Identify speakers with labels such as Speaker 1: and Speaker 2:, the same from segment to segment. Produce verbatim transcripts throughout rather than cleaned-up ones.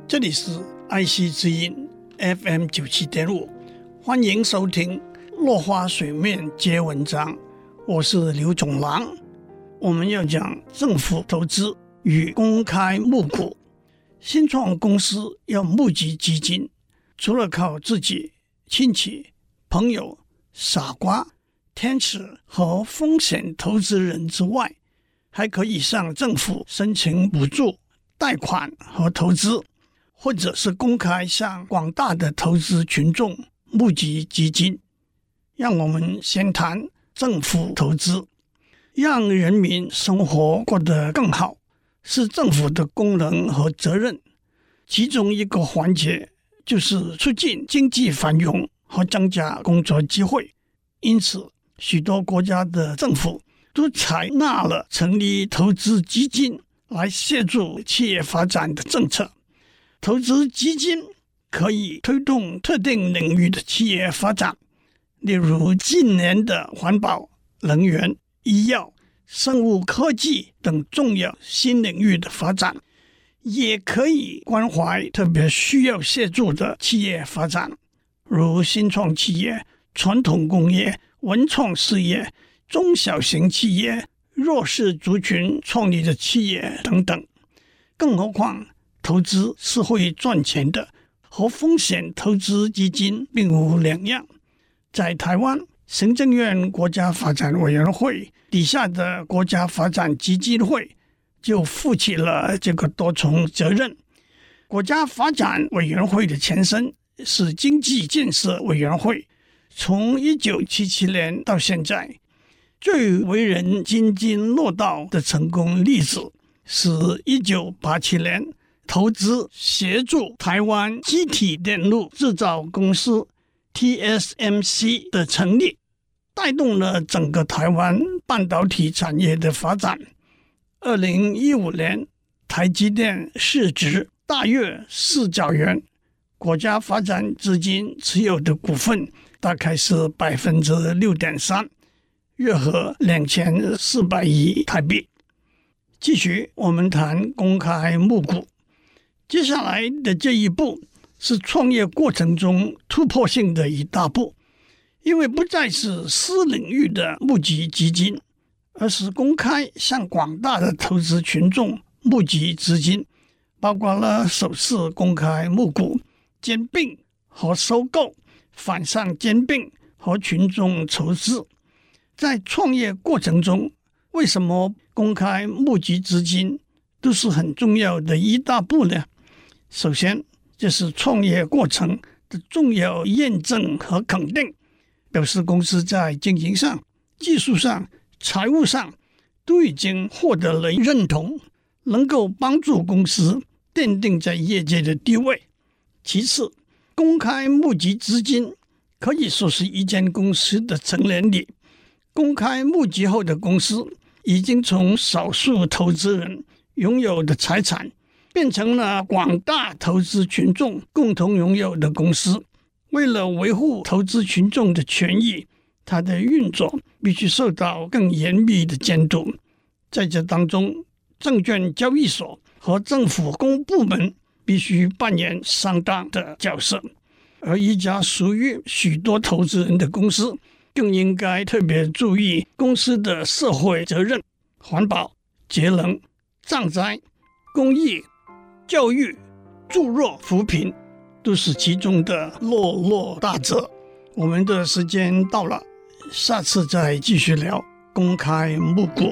Speaker 1: 这里是爱惜之音 F M 九十七点五，欢迎收听落花水面皆文章，我是刘总郎。我们要讲政府投资与公开募股。新创公司要募集基金，除了靠自己、亲戚、朋友、傻瓜、天使和风险投资人之外，还可以向政府申请补助、贷款和投资，或者是公开向广大的投资群众募集基金。让我们先谈政府投资。让人民生活过得更好，是政府的功能和责任。其中一个环节就是促进经济繁荣和增加工作机会。因此，许多国家的政府都采纳了成立投资基金来协助企业发展的政策。投资基金可以推动特定领域的企业发展，例如近年的环保、能源、医药、生物科技等重要新领域的发展，也可以关怀特别需要协助的企业发展，如新创企业、传统工业、文创事业、中小型企业、弱势族群创立的企业等等。更何况，投资是会赚钱的，和风险投资基金并无两样。在台湾，行政院国家发展委员会底下的国家发展基金会就负起了这个多重责任。国家发展委员会的前身是经济建设委员会，从一九七七年到现在，最为人津津乐道的成功例子是一九八七年投资协助台湾机体电路制造公司 T S M C 的成立，带动了整个台湾半导体产业的发展。二零一五年，台积电市值大约四兆元，国家发展资金持有的股份大概是百分之六点三，约合两千四百亿台币。继续，我们谈公开募股。接下来的这一步是创业过程中突破性的一大步，因为不再是私领域的募集基金，而是公开向广大的投资群众募集资金，包括了首次公开募股、兼并和收购、反向兼并和群众筹资。在创业过程中，为什么公开募集资金都是很重要的一大步呢？首先，这是创业过程的重要验证和肯定，表示公司在经营上、技术上、财务上都已经获得了认同，能够帮助公司奠定在业界的地位。其次，公开募集资金可以说是一间公司的成年礼。公开募集后的公司已经从少数投资人拥有的财产变成了广大投资群众共同拥有的公司。为了维护投资群众的权益，它的运作必须受到更严密的监督。在这当中，证券交易所和政府公部门必须扮演相当的角色，而一家属于许多投资人的公司更应该特别注意公司的社会责任、环保、节能、赈灾、公益、教育、助弱扶贫，都是其中的落落大责。我们的时间到了，下次再继续聊公开募股。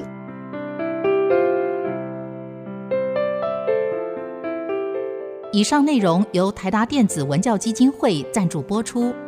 Speaker 2: 以上内容由台达电子文教基金会赞助播出。